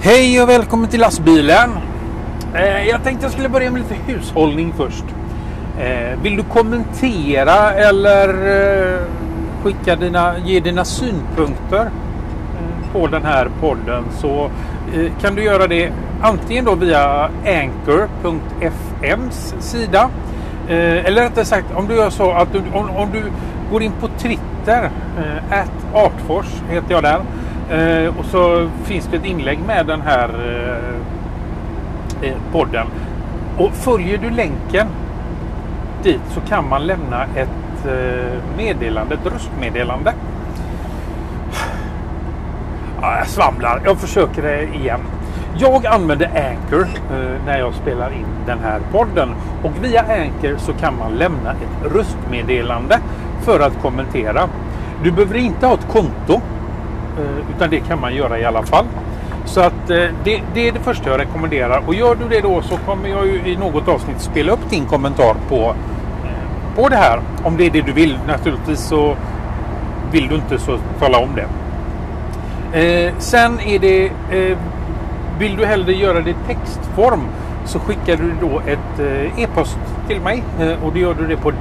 Hej och välkommen till lastbilen. Jag tänkte jag skulle börja med lite hushållning först. Vill du kommentera eller ge dina synpunkter på den här podden, så kan du göra det antingen då via anchor.fm's sida, eller rättare sagt om du gör så att om du går in på Twitter, @artfors heter jag där, och så finns det ett inlägg med den här podden, och följer du länken dit så kan man lämna ett meddelande, ett röstmeddelande. Jag svamlar, jag försöker det igen. Jag använder Anchor när jag spelar in den här podden, och via Anchor så kan man lämna ett röstmeddelande för att kommentera. Du behöver inte ha ett konto, utan det kan man göra i alla fall. Så att det är det första jag rekommenderar, och gör du det då så kommer jag ju i något avsnitt spela upp din kommentar på det här. Om det är det du vill, naturligtvis, så vill du inte så tala om det. Sen är det vill du hellre göra det i textform, så skickar du då ett e-post till mig, och det gör du det på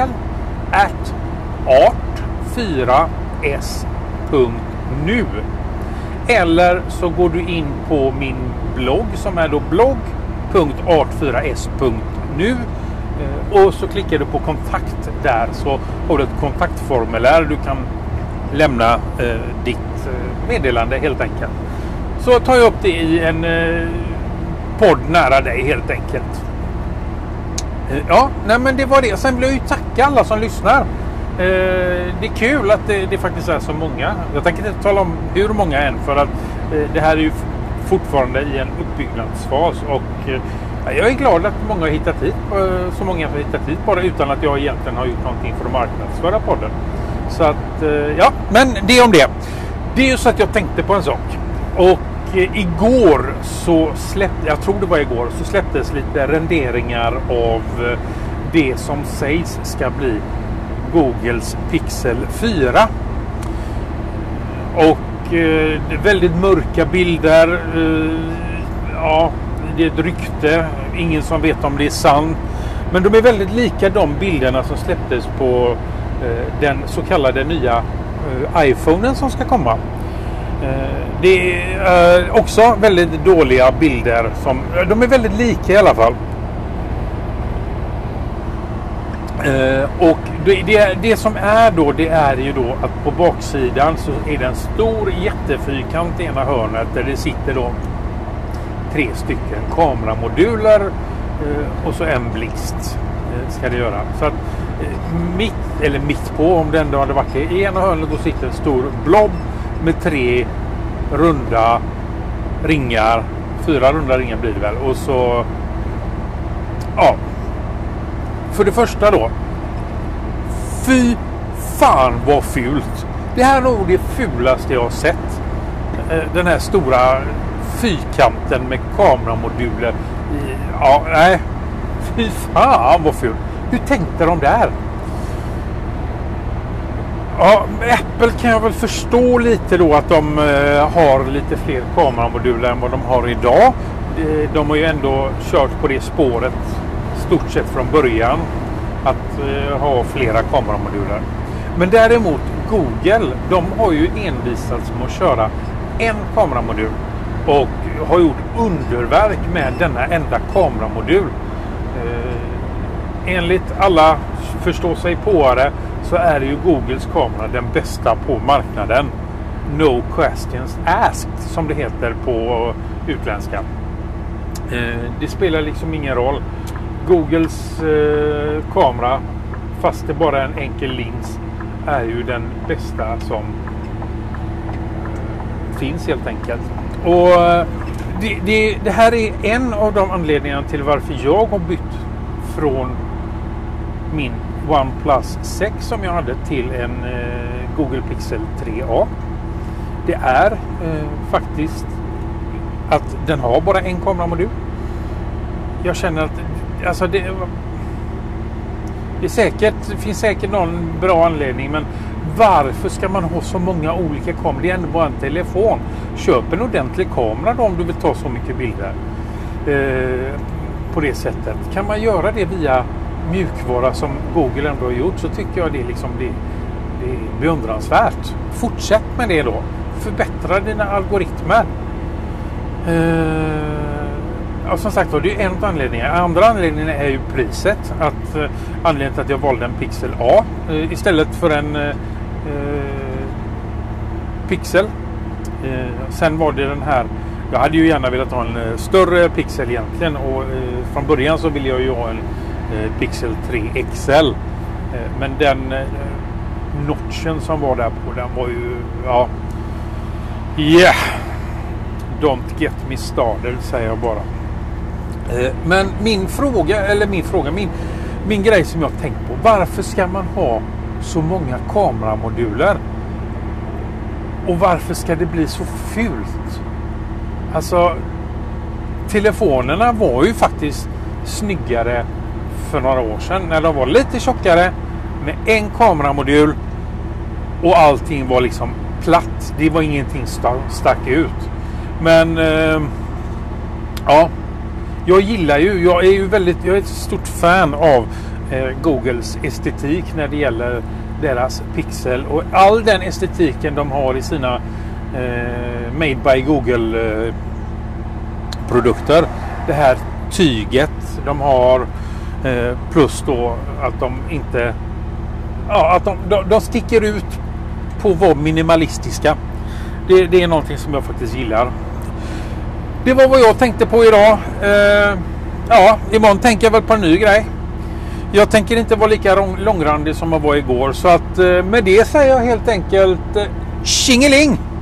daniel@art4s.nu, eller så går du in på min blogg som är då blogg.art4s.nu, och så klickar du på kontakt där, så har du ett kontaktformulär. Du kan lämna ditt meddelande helt enkelt. Så tar jag upp det i en podd nära dig helt enkelt. Ja, nej men det var det. Sen vill jag ju tacka alla som lyssnar. Det är kul att det faktiskt är så många. Jag tänker inte tala om hur många än, för att det här är ju fortfarande i en uppbyggnadsfas, och jag är glad att många har hittat hit, så många har hittat hit bara utan att jag egentligen har gjort någonting för att marknadsföra podden. Så att, ja, men det är om det. Det är ju så att jag tänkte på en sak, och igår så släpptes lite renderingar av det som sägs ska bli Googles Pixel 4. Och väldigt mörka bilder. Ja, det är ett rykte. Ingen som vet om det är sant. Men de är väldigt lika de bilderna som släpptes på den så kallade nya iPhonen som ska komma. Det är också väldigt dåliga bilder. De är väldigt lika i alla fall. Och det som är då, det är ju då att på baksidan så är det en stor jättefyrkant i ena hörnet där det sitter då 3 stycken kameramoduler och så en blixt ska det göra. Så att mitt på, om det ändå hade varit det, i ena hörnet då sitter en stor blob med 3 runda ringar, 4 runda ringar blir det väl, och så ja. För det första då, fy fan vad fult. Det här är nog det fulaste jag har sett. Den här stora fyrkanten med kameramoduler. Ja, nej. Fy fan vad fult. Hur tänkte de där? Ja, Apple kan jag väl förstå lite då att de har lite fler kameramoduler än vad de har idag. De har ju ändå kört på det spåret stort sett från början, att ha flera kameramoduler. Men däremot Google, de har ju envisats med att köra en kameramodul och har gjort underverk med denna enda kameramodul. Enligt alla förstå sig påare så är ju Googles kamera den bästa på marknaden. No questions asked, som det heter på utländska. Det spelar liksom ingen roll. Googles kamera, fast det bara är en enkel lins, är ju den bästa som finns helt enkelt. Och det här är en av de anledningarna till varför jag har bytt från min OnePlus 6 som jag hade till en Google Pixel 3a. Det är faktiskt att den har bara en kameramodul. Jag känner att alltså det finns säkert någon bra anledning, men Varför ska man ha så många olika kameror? Det är ändå bara en telefon. Köp en ordentlig kamera då om du vill ta så mycket bilder. På det sättet. Kan man göra det via mjukvara som Google ändå har gjort, så tycker jag det är beundransvärt. Fortsätt med det då. Förbättra dina algoritmer. Som sagt var, det är en av anledningarna. Andra anledningen är ju priset. Anledningen till att jag valde en Pixel A istället för en Pixel. Sen var det den här. Jag hade ju gärna velat ha en större Pixel egentligen, och från början så ville jag ju ha en Pixel 3 XL. Men den notchen som var där på, den var ju, ja, yeah, don't get me started, säger jag bara. Men min grej som jag har tänkt på, varför ska man ha så många kameramoduler? Och varför ska det bli så fult? Alltså, telefonerna var ju faktiskt snyggare för några år sedan, när de var lite tjockare med en kameramodul och allting var liksom platt. Det var ingenting stack ut. Men ja, jag är ett stort fan av Googles estetik när det gäller deras Pixel, och all den estetiken de har i sina Made by Google produkter. Det här tyget de har, plus då att de inte, ja, att de sticker ut på att vara minimalistiska. Det är någonting som jag faktiskt gillar. Det var vad jag tänkte på idag. Imorgon tänker jag väl på en ny grej. Jag tänker inte vara lika långrandig som jag var igår. Så att med det säger jag helt enkelt tjingeling!